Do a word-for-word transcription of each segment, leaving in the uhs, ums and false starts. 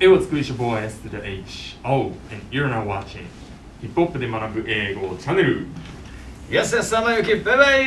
絵を作る手法は S to the H O and you're now watching ヒップホップで学ぶ英語チャンネル。 やすやすさまゆきバイバイ。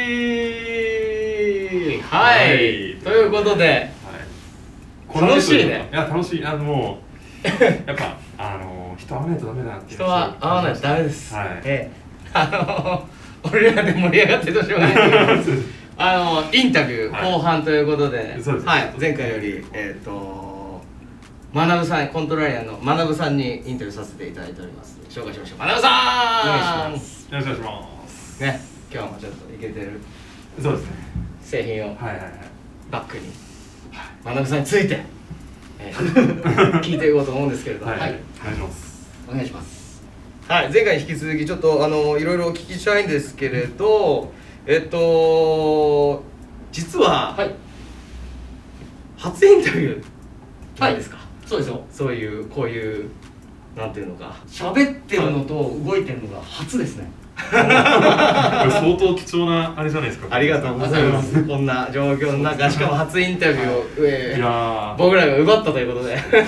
はい、はい、ということで、はい、楽しいね。 いや楽しい。あのもうやっぱあの人会わないとダメだっていう。 人は会わないとダメです。 はい、 ええ、あの俺らで盛り上がってどうしようがないあのインタビュー後半ということで、はい、はい、前回よりえっ、ー、と学さん、コントラリアンの学さんにインタビューさせていただいております。紹介しましょう。学さん、 お願いします。よろしくお願いしますね。今日もちょっとイケてるそうですね製品をバックに学さんについて、えー、聞いていこうと思うんですけれども、はい、はい、 お願いします。 お願いします。はい、前回に引き続きちょっとあのいろいろお聞きしたいんですけれど、えっと実は、はい、初インタビューなんですか？はい、そうですよ。そういうこういうなんていうのか、喋ってるのと動いてるのが初ですね。 相当貴重なあれじゃないですか。 ありがとうございます。こんな状況の中、しかも初インタビューを、えー、いや僕らが奪ったということで。あり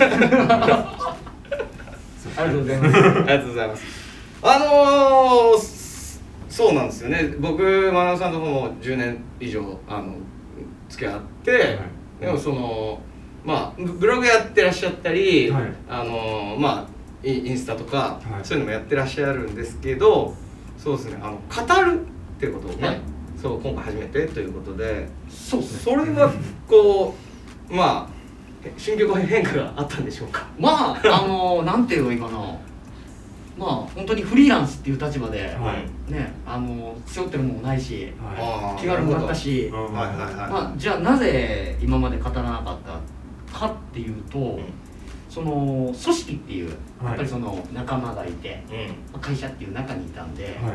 がとうございます。ありがとうございます。あのー、そうなんですよね。僕、学さんともじゅうねん以上あの付き合って、はい、でもそのまあブログやってらっしゃったり、はい、あのー、まあインスタとか、はい、そういうのもやってらっしゃるんですけど、そうですね、あの語るっていうことをね、はい、そう今回初めてということで、そうですね、それはこうまあ心境変化があったんでしょうか。 まああのなんて言えばいいかな、まあ本当にフリーランスっていう立場で、はい、ね、あの背負ってるものもないし、はい、気軽もらったし、まあじゃあなぜ今まで語らなかったかっていうと、うん、その組織っていうやっぱりその仲間がいて、うん、会社っていう中にいたんで、はい、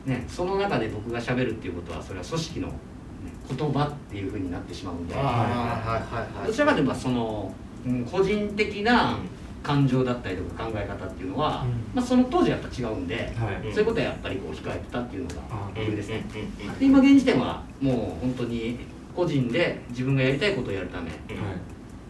ね、その中で僕が喋るっていうことはそれは組織の、ね、言葉っていう風になってしまうんで、どちらかといえばその、うん、個人的な感情だったりとか考え方っていうのは、うん、まあ、その当時はやっぱ違うんで、はい、そういうことはやっぱりこう控えてたっていうのが理由ですね。で今現時点はもう本当に個人で自分がやりたいことをやるため、はい、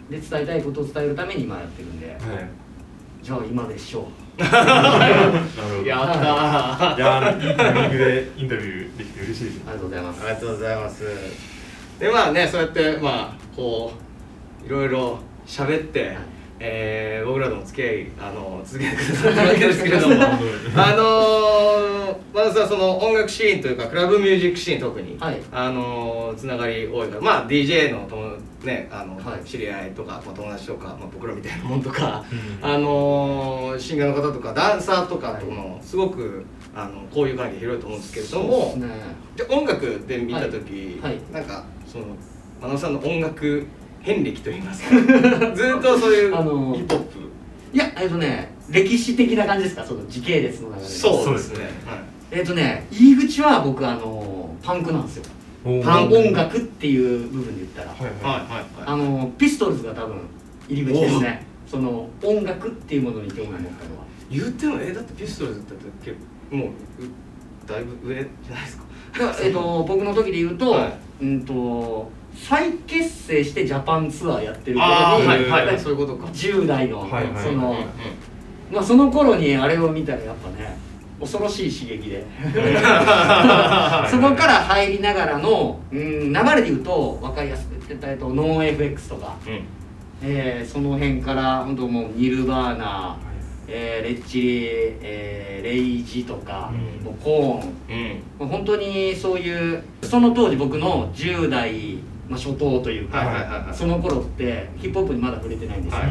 で伝えたいことを伝えるために今やってるんで、はい、じゃあ今でしょう。やったー。いやいいタイミングでインタビューできて嬉しいです。 ありがとうございます。ありがとうございます。でまあね、そうやってまあこういろいろ喋って、はい、えー、僕らとも付き合いあの続けてくださったわけですけれども、あのー、まずはその音楽シーンというかクラブミュージックシーン特に、はい、あのー、つながり多いから、まあ ディージェー の友ね、あの、はい、知り合いとか、まあ、友達とか、まあ、僕らみたいなもんとか、うん、あのー、シンガーの方とかダンサーとかともすごくあの交友関係広いと思うんですけれども、ね、で音楽で見た時、はいはい、なんかその真野さんの音楽遍歴といいますかずっとそういうヒップホップ、 いや、えっとね、歴史的な感じですか、その時系列の中で。 そうですね、はい、 えっとね、入り口は僕あのパンクなんですよ。パン音楽っていう部分で言ったら、はいはいはい、あのピストルズが多分入り口ですね。その音楽っていうものに興味を持ったのは。 言ってもえだってピストルズって結構もうだいぶ上じゃないですか。 えっと僕の時で言うと、はい、うんと再結成してジャパンツアーやってる頃に、 はいはい、そういうことか。 じゅう代の、はいはい、その、うんうん、まあその頃にあれを見たらやっぱね、恐ろしい刺激でそこから入りながらの、うん、流れで言うと分かりやすく言ってたとノン エフエックス とか、うん、えー、その辺から本当もうニルバーナ、はい、えー、レッチリ、えー、レイジとか、うん、もうコーン、うん、もう本当にそういうその当時僕のじゅう代、まあ、初頭というか、はいはいはいはい、その頃ってヒップホップにまだ触れてないんですよ、はいはい、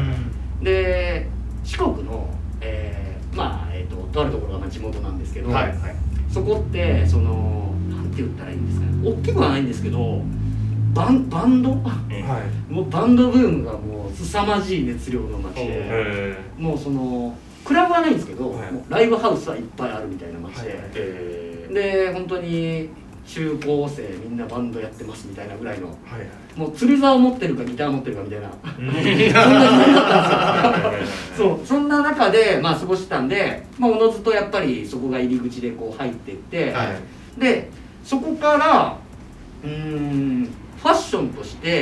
で四国の、えーまあえーと、とあるところがまあ地元なんですけど、はいはい、そこってそのなんて言ったらいいんですかね、大きくはないんですけどバン、バンド、はい、もうバンドブームがもう凄まじい熱量の街で、もうそのクラブはないんですけど、はい、もうライブハウスはいっぱいあるみたいな街で、はい、で本当に中高生みんなバンドやってますみたいなぐらいの、はいはい、もう釣り竿を持ってるかギター持ってるかみたいなそんな時代だったんですよそうそんな中でまあ過ごしてたんで、まあ、おのずとやっぱりそこが入り口でこう入っていって、はい、でそこからうーんファッションとして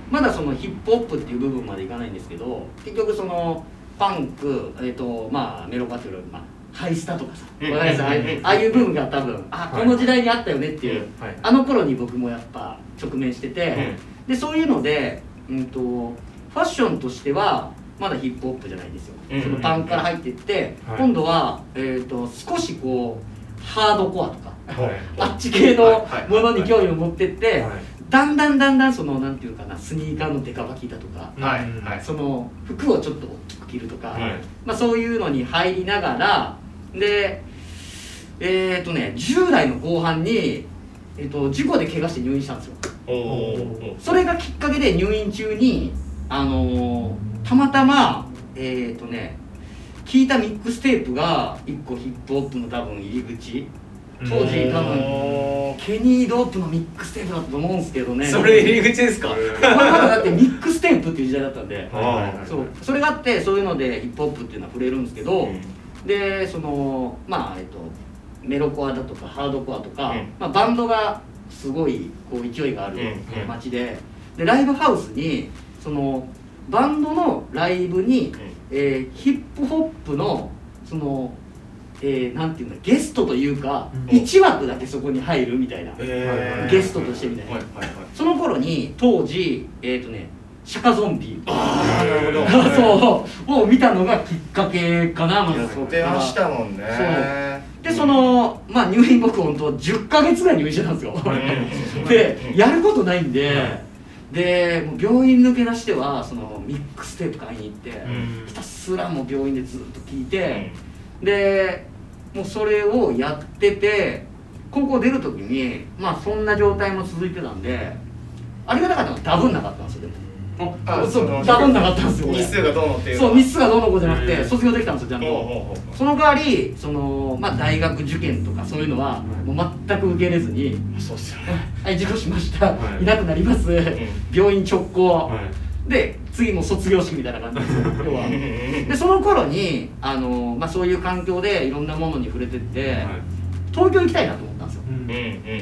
まだそのヒップホップっていう部分までいかないんですけど、結局そのパンク、えーとまあ、メロパというより、まあ、ハイスタとかさ、わかります？ああいう部分が多分あこの時代にあったよねっていう、はい、あの頃に僕もやっぱ直面してて、でそういうので、うんと、ファッションとしてはまだヒップホップじゃないんですよ。そのパンクから入っていって、はい、今度は、えーと、少しこうハードコアとか、はい、あっち系のものに興味を持ってって、はいはい、だんだんだんだんそのなんていうかな、スニーカーのデカバキだとか、はいはい、その服をちょっと大きく着るとか、はい、まあ、そういうのに入りながらで、えーとね、じゅう代の後半に、えーと、事故で怪我して入院したんですよ。おそれがきっかけで入院中に、あのー、たまたま、えーとね、聞いたミックステープがいっこヒップホップの多分入り口、当時多分ケニー・ドープのミックステープだったと思うんですけどね。 それ入り口ですか？ これまだだってミックステープっていう時代だったんで、そうそれがあってそういうのでヒップホップっていうのは触れるんですけど、うん、でそのまあえっとメロコアだとかハードコアとか、うん、まあ、バンドがすごいこう勢いがある街で、でライブハウスにそのバンドのライブに、うん、えー、ヒップホップのそのえー、なんていうんだ、ゲストというか、うん、いち枠だけそこに入るみたいな、えー、ゲストとしてみたいな、はいはいはい、その頃に当時えっ、ー、とねシャカゾンビあーなるほどそうを見たのがきっかけかな。 やってましたもんね。 そうでその、まあ、入院僕ほんとじゅっかげつぐらい入院してたんですよでやることないんで、でもう病院抜け出してはそのミックステープ買いに行って、うん、ひたすらもう病院でずっと聞いて、うん、でもうそれをやってて高校出る時にまあそんな状態も続いてたんで、ありがたかったのはダブんなかったんですよ。でもあそうダブんなかったんですよ。 日数がどうのっていうそう日数がどうのこうじゃなくて卒業できたんですよちゃんと。その代わりその、まあ、大学受験とかそういうのはもう全く受け入れずに「そうっすよね、はい事故しました、はい、いなくなります、うん、病院直行、はい、で次も卒業式みたいな感じですよ要は。でその頃にあの、まあ、そういう環境でいろんなものに触れてって、はい、東京行きたいなと思ったんですよ、うん、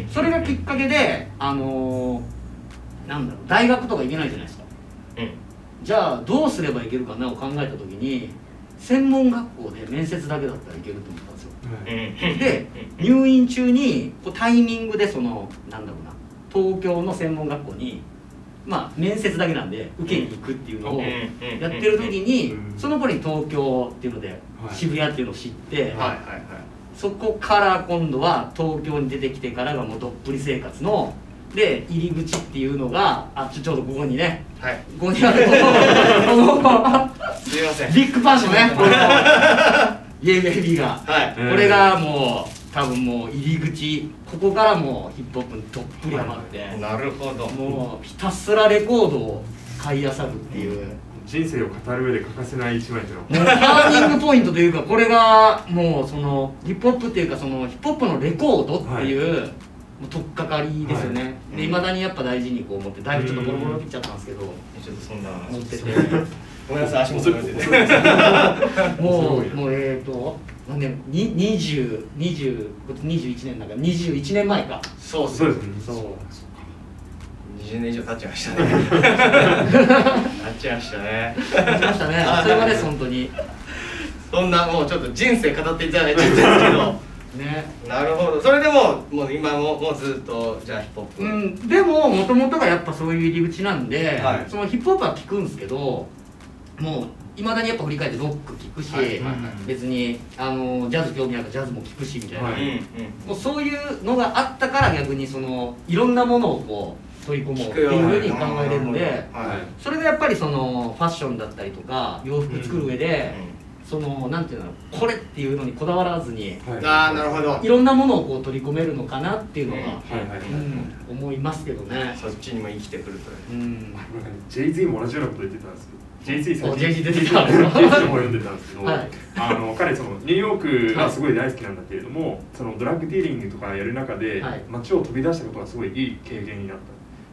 それがきっかけであのなんだろう大学とか行けないじゃないですか、うん、じゃあどうすればいけるかなを考えた時に専門学校で面接だけだったらいけると思ったんですよ、うん、で入院中にこうタイミングでそのなんだろうな東京の専門学校にまあ面接だけなんで受けに行くっていうのをやってる時にその頃に東京っていうので渋谷っていうのを知ってそこから今度は東京に出てきてからがもうどっぷり生活ので入り口っていうのがあちょちょうどここにね、はい、ここにあるこのすいませんビッグパンのねこのイエイベイビーが、はい、これがもう多分もう入り口ここからもうヒップホップにどっぷりハマって、 はい、なるほどもうひたすらレコードを買い漁るっていう、うん、 人生を語る上で欠かせない一枚というのターニングポイントというかこれがもうそのヒップホップっていうかそのヒップホップのレコードっていう、はいもう取っかかりですよね、はい、で未だにやっぱ大事にこう思ってだいぶちょっとボロボロ切っちゃったんですけどちょっとそんな持っててごめんなさい足元持っててもうもうえーと何年ににじゅう、にじゅう、にじゅういちねんなんかにじゅういちねんまえかそうそうですねそうにじゅうねん以上経っちゃいましたね経っちゃいましたね経っちゃいましたねそれまで本当にそんなもうちょっと人生語っていただいちゃったんですけどね、なるほど。それでももう今ももうずっとじゃあヒップホップ、 うん、でももともとがやっぱそういう入り口なんで、はい、そのヒップホップは聞くんですけどもういまだにやっぱ振り返ってロック聞くし、はいはいはい、別にあのジャズ興味あるからジャズも聞くしみたいな、はい、もうそういうのがあったから逆にそのいろんなものをこう取り込もうっていうふうに考えれるんで、はい、それがやっぱりそのファッションだったりとか洋服作る上で、うんうんそのなんていうのこれっていうのにこだわらずに、 はい、あなるほどいろんなものをこう取り込めるのかなっていうのが思いますけどね。 そっちにも生きてくるという、うん、 ジェイズイ も同じようなこと言ってたんですけど ジェイズイ 最近ジェイズイ 出てたジェイズイ の本読んでたんですけど、はい、あの彼そのニューヨークがすごい大好きなんだけれども、はい、そのドラッグディーリングとかやる中で、はい、街を飛び出したことがすごいいい経験になった。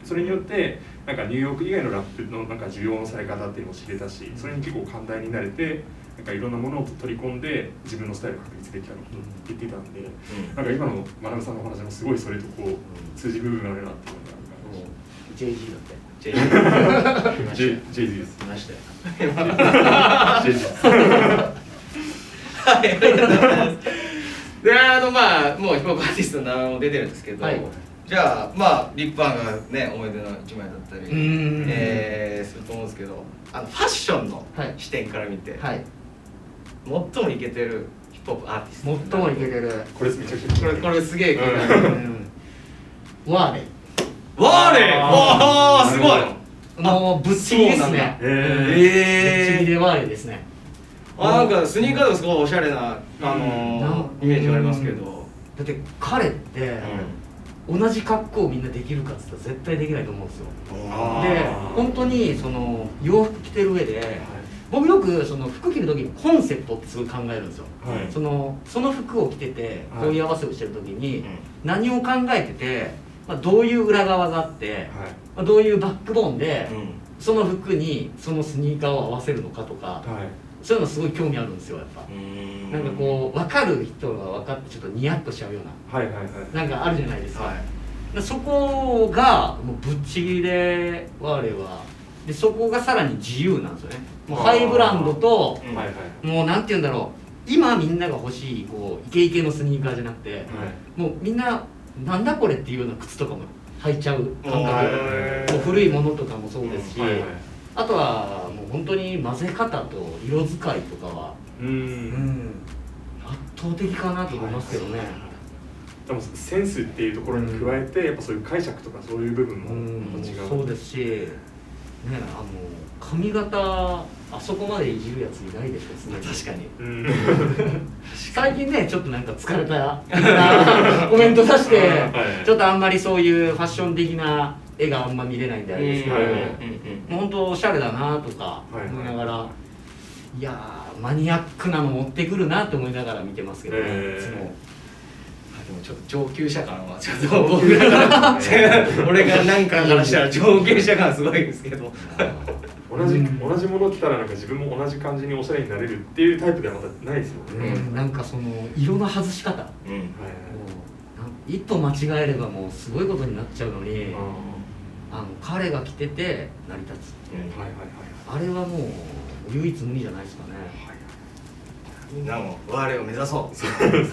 それによってなんかニューヨーク以外のラップのなんか需要のされ方っていうのを知れたし、それに結構寛大になれてなんかいろんなものを取り込んで自分のスタイルを確立できたのと言っていたんで、うん、なんか今の学さんのお話もすごいそれとこう通じる部分があるなっていうのがあるから。 ジェイジー だってジェイズジェイズです。 いましたよ。ジェイズです。はい、ありがとうございます。で、あのまあもうヒップホップアーティストの名前も出てるんですけど、はい、じゃあまあリップアンがね思い出の一枚だったり、えー、すると思うんですけど、あのファッションの視点から見て、はい、最もイケてるヒップホップアーティスト、 最もイケてるこれめちゃくちゃこれこれすげえ、うん、 ワーレイワーレイわーすごいもうぶっちぎりですね。えー、ぶっちぎりでワーレイですね。 あ、なんかスニーカーとかすごいおしゃれな、あのー、イメージがありますけど、 だって彼って、うん、同じ格好をみんなできるかっつったら絶対できないと思うんですよ。で本当にその洋服着てる上で、はい、僕よくその服着る時にコンセプトってすごい考えるんですよ、はい、そのその服を着てて問い合わせをしてる時に、はい、何を考えてて、まあ、どういう裏側があって、はい、まあ、どういうバックボーンで、うん、その服にそのスニーカーを合わせるのかとか、はい、そういうのすごい興味あるんですよ。やっぱなんかこう分かる人が分かってちょっとニヤッとしちゃうような、はいはいはい、なんかあるじゃないですか、はい、そこがもうぶっちぎりで我々はで、そこがさらに自由なんですよね。もうハイブランドと、うん、もうなんて言うんだろう、今みんなが欲しいこうイケイケのスニーカーじゃなくて、はい、もうみんななんだこれっていうような靴とかも履いちゃう感覚、もう古いものとかもそうですし、うんはいはい、あとはもう本当に混ぜ方と色使いとかはうん、うん、圧倒的かなと思いますけどね。 でもセンスっていうところに加えて、うん、やっぱそういう解釈とかそういう部分も違う、 うん、そうですし、ね、あの髪型あそこまでいじるやついないでしょうね。 確かに、うん、 最近ねちょっとなんか疲れたコメント出して、はい、ちょっとあんまりそういうファッション的な絵があんま見れないんであれですけど、もう本当おしゃれだなとか思いながら、はいはい、いやーマニアックなの持ってくるなと思いながら見てますけどね、えー、いつも。 でもちょっと上級者感はちょっと僕らから俺が何かからしたら上級者感すごいですけど同じ、うん、同じもの着たらなんか自分も同じ感じにおしゃれになれるっていうタイプではまたないですよね、 うん、なんかその色の外し方、うん、はい、一歩間違えればもうすごいことになっちゃうのに、あの彼が着てて成り立つ、うん、はいはいはい、あれはもう唯一無二じゃないですかね、はい、 みんなも我々を目指そう。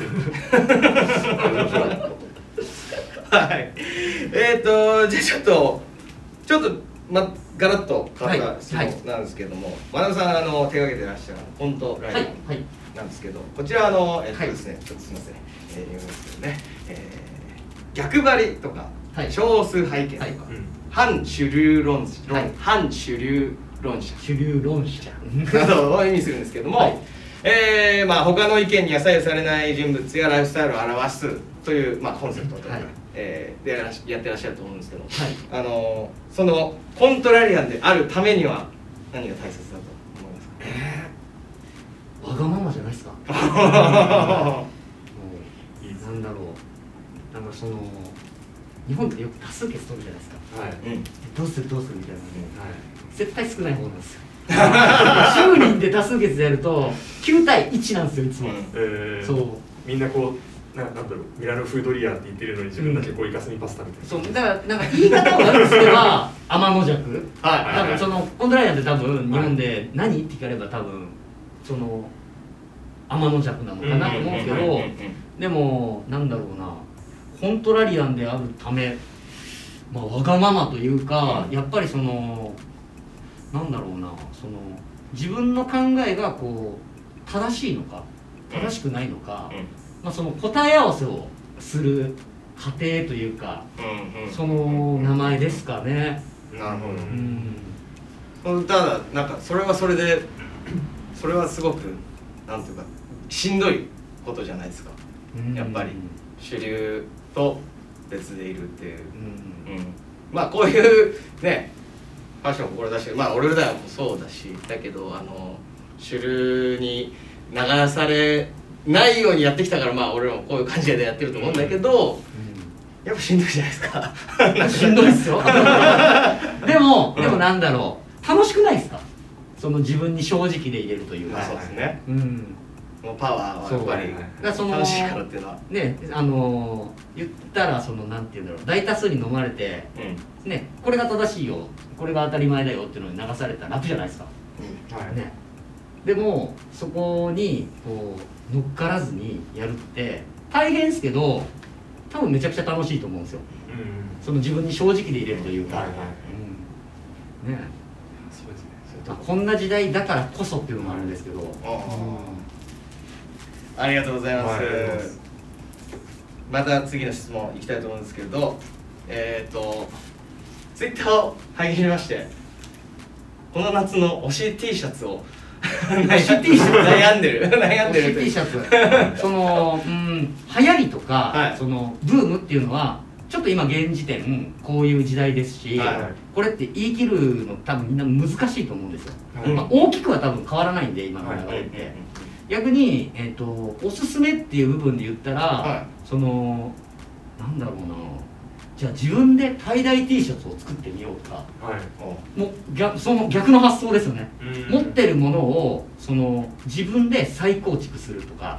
はい。えっとじゃあちょっとちょっとまガラッと変わった質問なんですけども、まなぶさんあの手がけてらっしゃるコントライブなんですけど、こちらあのえっとですね、ちょっとすみません、えー、言いますけどね、えー、逆張りとか、はい、少数拝見とか、はい、反主流論者、はい、反主流論者、 主流論者などを意味するんですけども。はい、えーまあ、他の意見には左右されない人物やライフスタイルを表すという、まあ、コンセプトというか、はい、えー、でやってらっしゃると思うんですけど、はい、あのそのコントラリアンであるためには何が大切だと思いますか？ えー、わがままじゃないですか？もうなんだろう、なんかその日本ってよく多数決取るじゃないですか、はい、うん、どうするどうするみたいなので、はい、絶対少ない方なんですよ。じゅうにんで多数決でやるときゅうたいいちなんですよいつも、うん、 えー、そうみんなこうな、なんだろう、ミラノフードリアって言ってるのに自分だけこうイカスミパスタみたいな、 そうだからなんか言い方を悪くすれば天の弱、はい、多分そのコントライアンって多分日本で何って聞かれば多分その天の弱なのかなと思うんですけど、でもなんだろうな、コントラリアンであるため、まあ、わがままというか、やっぱりそのなんだろうな、その自分の考えがこう正しいのか正しくないのか、うん、まあ、その答え合わせをする過程というか、うんうん、その名前ですかね。 なるほど、うん、ただなんかそれはそれでそれはすごくなんていうかしんどいことじゃないですか、うん、やっぱり主流と別でいるっていう、うんうん、まあこういうねファッションを志してる、まあ俺らもそうだし、だけどあの主流に流されないようにやってきたから、まあ俺らもこういう感じでやってると思うんだけど、うん、やっぱしんどいじゃないですか。 しんどいっすよ。でも、でもなんだろう、楽しくないですか？その自分に正直でいれるというか。 そうですね。 うん。 のパワーはやっぱり楽しいからっていうのはね、あの言ったらそのなんていうんだろう、大多数に飲まれて、うん、ね、これが正しいよ、これが当たり前だよっていうのに流されたら楽じゃないですか、うん、はい、ね、でもそこにこう乗っからずにやるって大変ですけど多分めちゃくちゃ楽しいと思うんですよ、うん、その自分に正直でいれるというか、はいはい、うん、ね、そうですね、まあ、こんな時代だからこそっていうのもあるんですけど、うん、 ありがとうございます、はい、また次の質問いきたいと思うんですけど、えっ、ー、とツイッターを拝見しまして、この夏の推し T シャツを推し T シャツ悩んでる悩んでる推し T シャツその、うん、流行りとか、はい、そのブームっていうのはちょっと今現時点こういう時代ですし、はい、これって言い切るの多分みんな難しいと思うんですよ、はい、まあ、大きくは多分変わらないんで今の流れって、はい、逆に、えーと、おすすめっていう部分で言ったら、はい、そのなんだろうな、じゃあ自分でタイダイ T シャツを作ってみようとか、はい、もう逆、その逆の発想ですよね、持ってるものをその自分で再構築するとか、はい、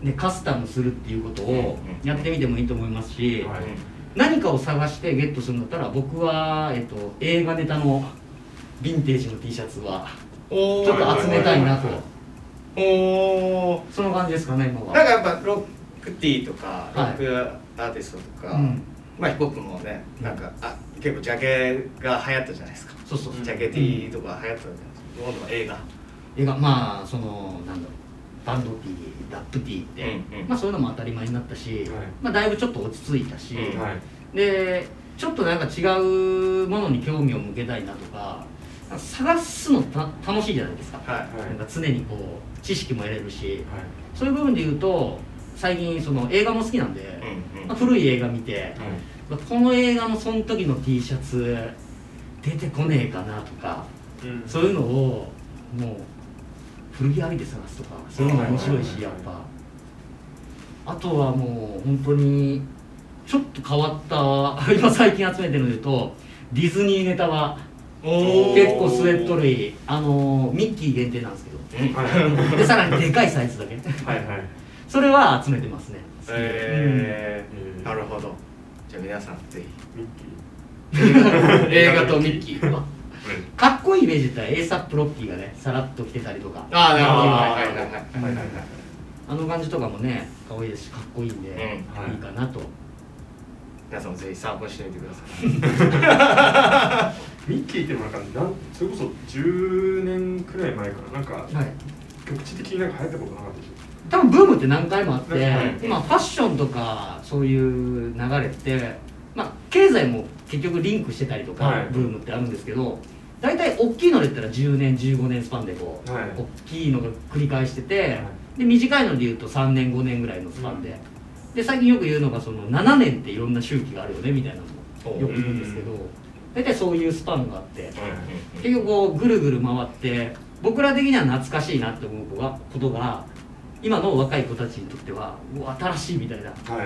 でカスタムするっていうことをやってみてもいいと思いますし、はい、何かを探してゲットするんだったら僕は、えっと、映画ネタのヴィンテージの T シャツはちょっと集めたいなと、おその感じですかね今は。 なんかやっぱロックティーとかロックアーティストとか、はい、うん、まあヒップホップもね、なんかあ結構ジャケが流行ったじゃないですか。そうそうそう、ジャケ T とか流行ったじゃないですか。今度は映画映画、まあそのなんだろう、バンド T、ラップ T って、うんうん、まあそういうのも当たり前になったし、はい、まあだいぶちょっと落ち着いたし、うん、はい、でちょっとなんか違うものに興味を向けたいなとか、探すのた楽しいじゃないですか、はい、なんか常にこう知識も得れるし、はい、そういう部分で言うと最近その映画も好きなんで、うんうん、まあ、古い映画見て、うん、この映画のその時の T シャツ出てこねえかなとか、うん、そういうのをもう古着屋で探すとか、そういうのも面白いし、やっぱあとはもう本当にちょっと変わった今最近集めてるので言うとディズニーネタは結構スウェット類、あのミッキー限定なんですけど、はい、でさらにでかいサイズだけはい、はい、それは集めてますね。 えーうん、なるほど。じゃあ皆さんぜひミッキー映画とミッキーかっこいいイメージだったら エーサップ ロッキーがねさらっと着てたりとか、 ああなるほど、はいはいはいはいはい、 あの感じとかもね可愛いですしかっこいいんで、うん、はい、いいかなと。 皆さんもぜひ参考にしてみてください。ミッキーってなんかなんそれこそじゅうねんくらい前からなんか、はい、局地的になんか流行ったことなかったでしょ。 多分ブームって何回もあって、はい、今ファッションとかそういう流れって、まあ、経済も結局リンクしてたりとか、はい、ブームってあるんですけど、大体大きいので言ったらじゅうねんじゅうごねんスパンでこう、はい、大きいのが繰り返してて、はい、で短いので言うとさんねんごねんぐらいのスパンで、うん、で最近よく言うのがそのななねんっていろんな周期があるよねみたいなのもよく言うんですけど、大体そういうスパンがあって、うん、結局こうぐるぐる回って僕ら的には懐かしいなって思うことが今の若い子たちにとってはもう新しいみたいな、はい、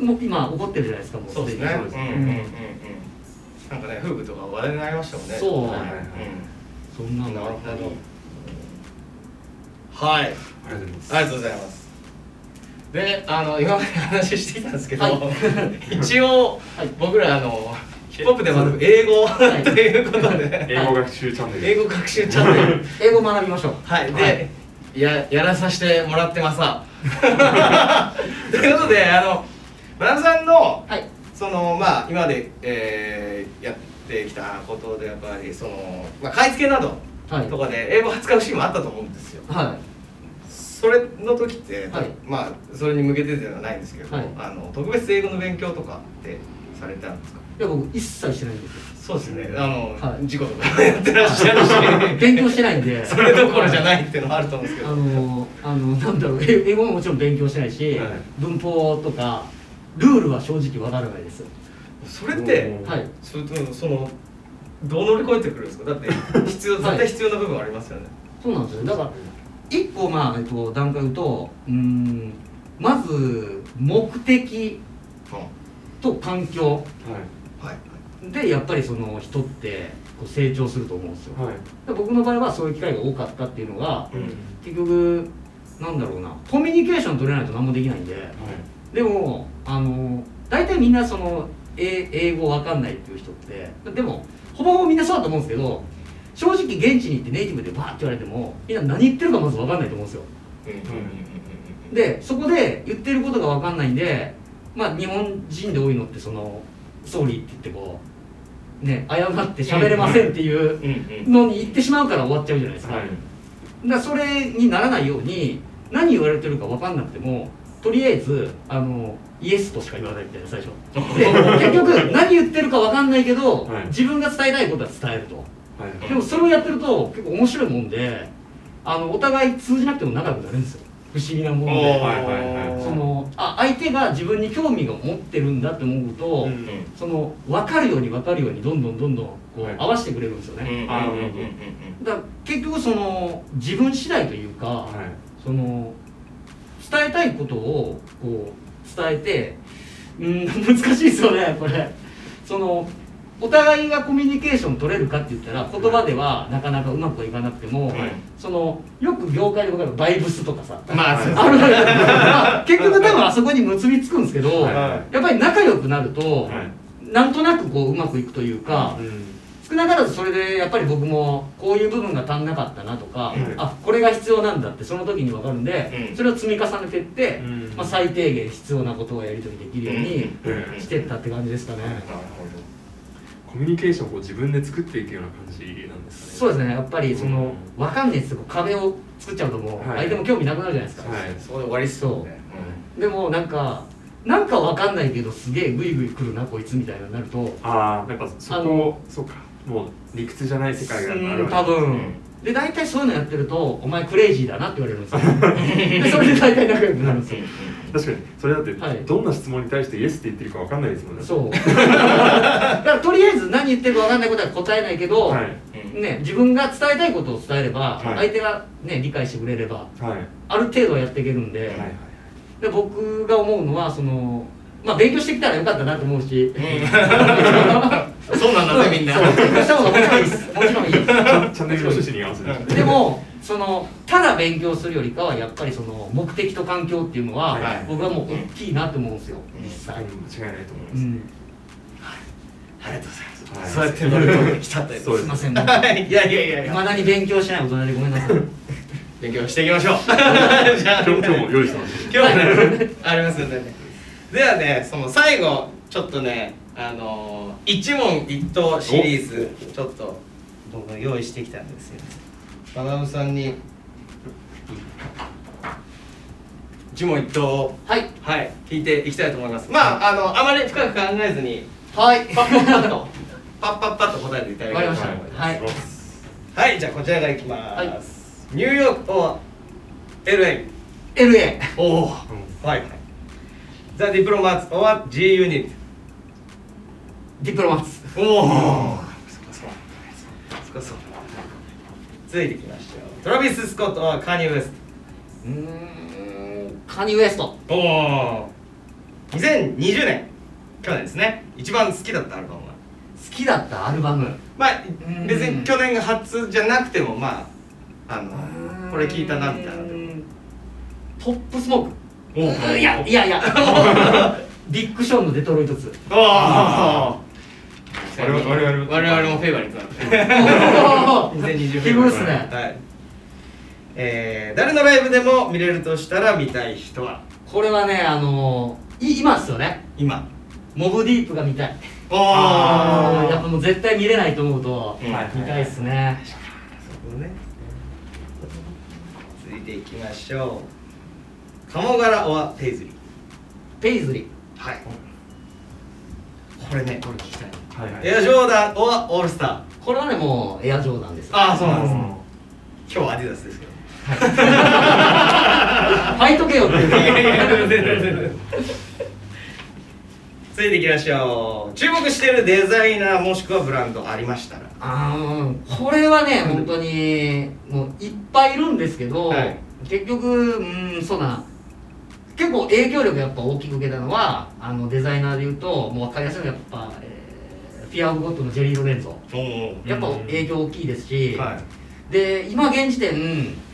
もう今起こってるじゃないですか。もうそうですね。なんかね、フーブとか話題になりましたもんね。 そう、はいはいはい、そんなのがあったり。はい、ありがとうございます。で、あの今まで話してきたんですけど、はい、一応、はい、僕らあのヒップホップで学ぶ英語、はい、ということで、 英語学習チャンネル、 英語学習チャンネル、 英語学びましょう。 はい、で、はい、ややらさせてもらってますわ。ということで、あの村田さんの、はい、そのまあ今まで、えー、やってきたことでやっぱりその、まあ、買い付けなどとかで英語を扱うシーンもあったと思うんですよ。はい。それの時って、はい、まあそれに向けてではないんですけど、はい、あの特別英語の勉強とかってされたんですか？ いや僕一切してないんですよ。 そうですね。あの、はい、事故とかやってらっしゃるし、 勉強してないんで、 それどころじゃないっていうのもあると思うんですけど、 あのあのなんだろう、英語ももちろん勉強してないし、はい、文法とかルールは正直わからないです。 それって、はい、それとそのどう乗り越えてくるんですか？だって必要絶対必要な部分ありますよね。 そうなんですよ。だから一個まあえっと段階言うと、うーんまず目的と環境。はいはい、でやっぱりその人ってこう成長すると思うんですよ、はい、で僕の場合はそういう機会が多かったっていうのが、うん、結局なんだろうなコミュニケーション取れないと何もできないんで、はい、でもあの大体みんなその英語わかんないっていう人ってでもほぼほぼみんなそうだと思うんですけど正直現地に行ってネイティブでバーって言われてもみんな何言ってるかまずわかんないと思うんですよ、うん、でそこで言ってることがわかんないんでまあ日本人で多いのってそのソーリーって言ってこうね謝って喋れませんっていうのに言ってしまうから終わっちゃうじゃないですか、はい、だからそれにならないように何言われてるか分かんなくてもとりあえずあのイエスとしか言わないみたいな最初で結局何言ってるか分かんないけど、はい、自分が伝えたいことは伝えると、はい、でもそれをやってると結構面白いもんであのお互い通じなくても仲良くなるんですよ不思議なもので、はいはいはい、そのあ相手が自分に興味が持ってるんだって思うと、うんうん、その分かるように分かるようにどんどんどんどんこう、はい、合わせてくれるんですよね、だから結局その自分次第というか、はい、その伝えたいことをこう伝えてうん難しいですよねこれそのお互いがコミュニケーション取れるかって言ったら言葉ではなかなかうまくいかなくても、はい、そのよく業界で分かるバイブスとかさ、まあ、あるまあ結局多分あそこに結びつくんですけど、はい、やっぱり仲良くなると、はい、なんとなくこううまくいくというか、うん、少なからずそれでやっぱり僕もこういう部分が足んなかったなとか、うん、あこれが必要なんだってその時に分かるんで、うん、それを積み重ねていって、うんまあ、最低限必要なことをやり取りできるようにしていったって感じですかね。なるほどコミュニケーションを自分で作っていくような感じなんですかね。 そうですねやっぱりその、うん、分かんねえって壁を作っちゃうともう相手も興味なくなるじゃないですか、はい、 そこで終わりっすよね、 うん、でもなんかなんか分かんないけどすげえグイグイ来るなこいつみたいになるとああやっぱそこそうかもう理屈じゃない世界がある多分、うん、で大体そういうのやってるとお前クレイジーだなって言われるんですよでそれで大体仲良くなるんですよ確かにそれだって、はい、どんな質問に対してイエスって言ってるか分かんないですもんね。 そうだからとりあえず何言ってるか分かんないことは答えないけど、はいね、自分が伝えたいことを伝えれば、はい、相手が、ね、理解してくれれば、はい、ある程度はやっていけるんで、はいはい、で僕が思うのはそのまあ勉強してきたらよかったなと思うし、うん、 そうなんだねみんなそう勉強した方がもちろんいいですもちろんいいですチャンネルの趣旨に合わせてでもそのただ勉強するよりかはやっぱりその目的と環境っていうのは、はい、僕はもう大きいなと思うんですよ、うん、実際間違いないと思います、 うんはい、ありがとうございます、はい、そうやって乗り込んできたんですすいませんいやいやいやいやまだに勉強しない大人でごめんなさい勉強していきましょうじゃあ今日も用意してます今日はねありますのでねではねその最後ちょっとねあのー、一問一答シリーズちょっと僕用意してきたんですよまなぶさんに一問一答をはい、はい、聞いていきたいと思います。まああのあまり深く考えずにはいパッパッパッとパッパッパッと答えていただければと思います。 はい、 はい、じゃあこちらからいきます。はい、ニューヨーク or エルエー？ エルエー。 おお、うん、はい。The Diplomats or G Unit？ ディプロマツ。 おお。そうそう。続いていきましょう。トラビス・スコット or カニエ・ウエスト？ うーん、カニエ・ウエスト。 おお。にせんにじゅうねん去年ですね。一番好きだったアルバムは？ 好きだったアルバム。 まあ別に去年が初じゃなくてもまああのこれ聞いたなみたいな。 ポップスモーク。おお。いやいやいや。ビッグショーンのデトロイトツー。 おお。 我々我々 我々もフェイバリットなんで。にせんにじゅうねん。 気分ですね。 はい。えー、誰のライブでも見れるとしたら見たい人は？ これはねあのー、今っすよね。 今。 モブディープが見たい。 おお。 やっぱもう絶対見れないと思うと、うん、見たいっすね。 そうね。続いていきましょう。鴨柄はペイズリー？ ペイズリー。 はい。これね、 これ聞きたい。 はいはい、エアジョーダンはオールスター。 これはねもうエアジョーダンです。 ああそうなんです、うん、今日はアディダスですけど。 ファイトけよっていう。続いていきましょう。注目しているデザイナーもしくはブランドありましたら？ ああこれはね本当にもういっぱいいるんですけど、はい、結局うんそうだな。結構影響力やっぱ大きく受けたのはあのデザイナーでいうともう分かりやすいのはやっぱ、えー、フィア・オブ・ゴッドのジェリー・ロレンゾやっぱ影響大きいですし、はい、で今現時点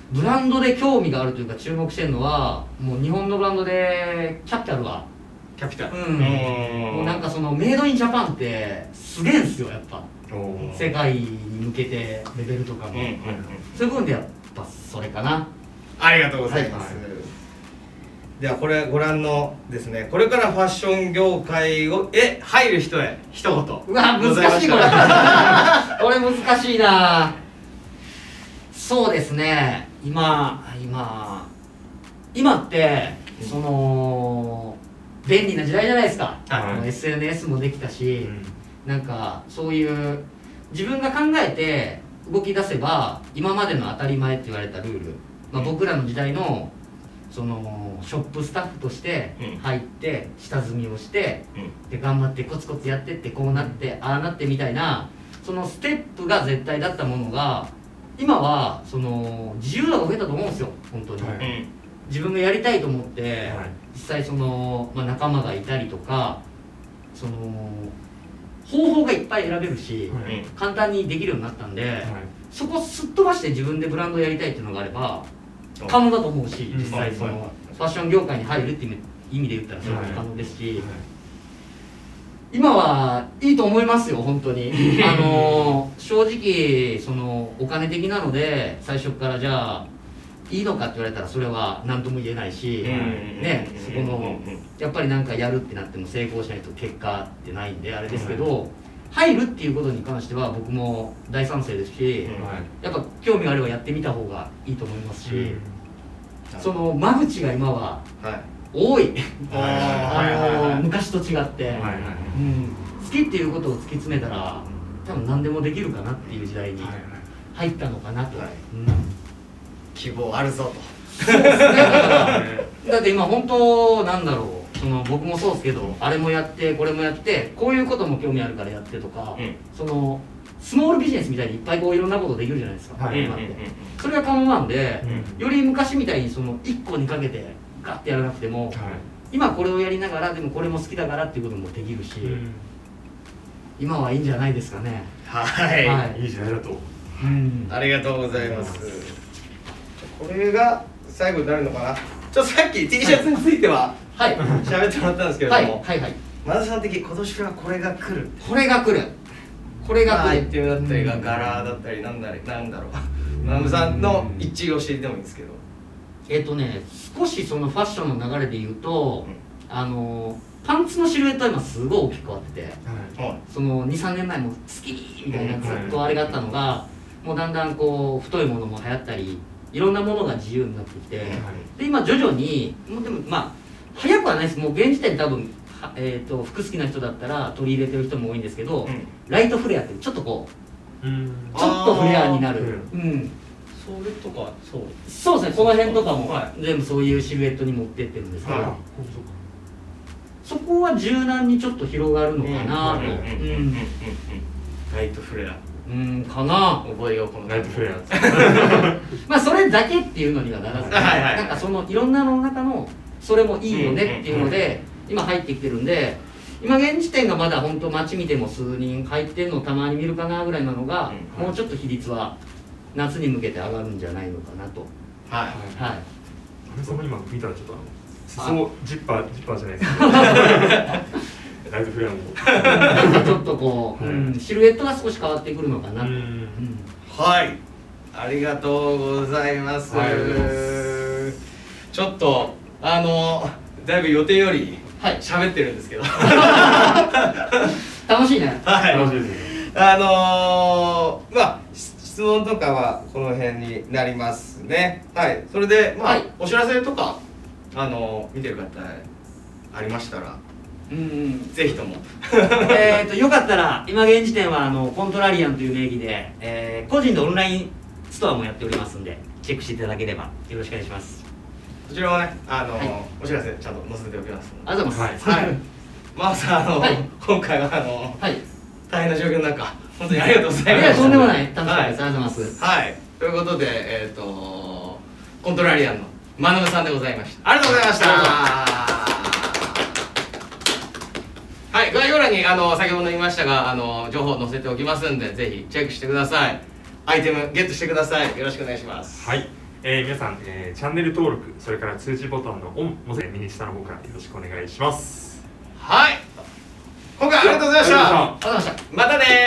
ブランドで興味があるというか注目してるのはもう日本のブランドでキャピタルはキャピタル、 うん、もうなんかそのメイドインジャパンってすげえんすよやっぱ世界に向けてレベルとかも、うんうんうん、そういう部分でやっぱそれかな。 ありがとうございます、はいはい、ではこれご覧のですねこれからファッション業界をへ入る人へ一言。 うわ難しいこれこれ難しいな。そうですね今今今ってその便利な時代じゃないですか、はい、エスエヌエス もできたし、うん、なんかそういう自分が考えて動き出せば今までの当たり前って言われたルール、まあ、僕らの時代のそのショップスタッフとして入って下積みをして、うん、で頑張ってコツコツやってってこうなってああなってみたいなそのステップが絶対だったものが今はその自由度が増えたと思うんですよ本当に、はい、自分がやりたいと思って、はい、実際その、まあ、仲間がいたりとかその方法がいっぱい選べるし、はい、簡単にできるようになったんで、はい、そこをすっ飛ばして自分でブランドをやりたいっていうのがあれば可能だと思うし、実際そのファッション業界に入るっていう意味で言ったらそれも可能ですし、はいはい、今はいいと思いますよ本当にあの正直そのお金的なので最初からじゃあいいのかって言われたらそれは何とも言えないし、ね、そこのやっぱりなんかやるってなっても成功しないと結果ってないんであれですけど、入るっていうことに関しては僕も大賛成ですし、やっぱ興味があればやってみた方がいいと思いますし、その間口が今は多い昔と違って、うん、好きっていうことを突き詰めたら多分何でもできるかなっていう時代に入ったのかなと、はいうん希望あるぞと。 そうですね、だからだって今本当なんだろうその僕もそうですけどあれもやってこれもやってこういうことも興味あるからやってとか、うん、そのスモールビジネスみたいにいっぱいこういろんなことできるじゃないですか、はい、今ってそれが可能なんで、うん、より昔みたいにそのいっこにかけてガッてやらなくても、はい、今これをやりながらでもこれも好きだからっていうこともできるし、うん、今はいいんじゃないですかね。 はい、 はい、いい時代だと、 うん、ありがとうございます。これが最後になるのかな。ちょっとさっき T シャツについてははい喋ってもらったんですけれども、はいはいはい、前田さん的今年はこれが来るこれが来るこれが来る、まあ、 アイテムだったりが柄だったりなんだりなんだろう前田さんの一致を教えてもいいんですけど、 えっとね少しそのファッションの流れで言うと、うん、あのパンツのシルエットは今すごい大きく変わってて、はい、その にさんねんまえもスキーみたいなずっとあれがあったのが、もうだんだんこう太いものも流行ったりいろんなものが自由になってきて、はい、で今徐々にもうでもまあ早くはないです。もう現時点多分、えー、と服好きな人だったら取り入れてる人も多いんですけど、うん、ライトフレアってちょっとこう、うん、ちょっとフレアになる、うん、 それとかそうそうですね、この辺とかも全部そういうシルエットに持ってってるんですけど、はい、そこは柔軟にちょっと広がるのかなと。 ライトフレアうんかな、 覚えようこのライトフレアまあそれだけっていうのにはならず、はいはい、なんかそのいろんなの中のそれもいいよねっていうので今入ってきてるんで、今現時点がまだ本当街見ても数人入ってるのをたまに見るかなぐらいなのが、うん、もうちょっと比率は夏に向けて上がるんじゃないのかなと。 はいはい。 あれさんも今見たらちょっとあの裾ジッパージッパーじゃないですかライトフレアもなんかちょっとこう、うん、シルエットが少し変わってくるのかなと、うん、 はい、ありがとうございます。ちょっとあのだいぶ予定より喋ってるんですけど、 はい、楽しいね。 はい、 楽しいですね。 あのー、まあ質問とかはこの辺になりますね。はい、それでまあ、はい、お知らせとかあのー、見てる方ありましたら。うん、ぜひともえとよかったら今現時点はあのコントラリアンという名義で、えー、個人でオンラインストアもやっておりますんでチェックしていただければよろしくお願いします。 そちらはねあの、はい、お知らせちゃんと載せておきます。 ありがとうございます。 はい、はい、まずあの、はい、今回はあの、はい、大変な状況の中本当にありがとうございます。 いやとんでもない、楽しかったです。はい、ありがとうございます。 はい、ということでえっ、ー、とコントラリアンの真鍋さんでございました。ありがとうございました。はい、概要欄にあの先ほど言いましたがあの情報載せておきますんでぜひチェックしてください。アイテムゲットしてください。よろしくお願いします。 はい、 えー、皆さん、えー、チャンネル登録、それから通知ボタンのオンもぜひ右下の方からよろしくお願いします。 はい、今回ありがとうございました。 ありがとうございました。 またねー。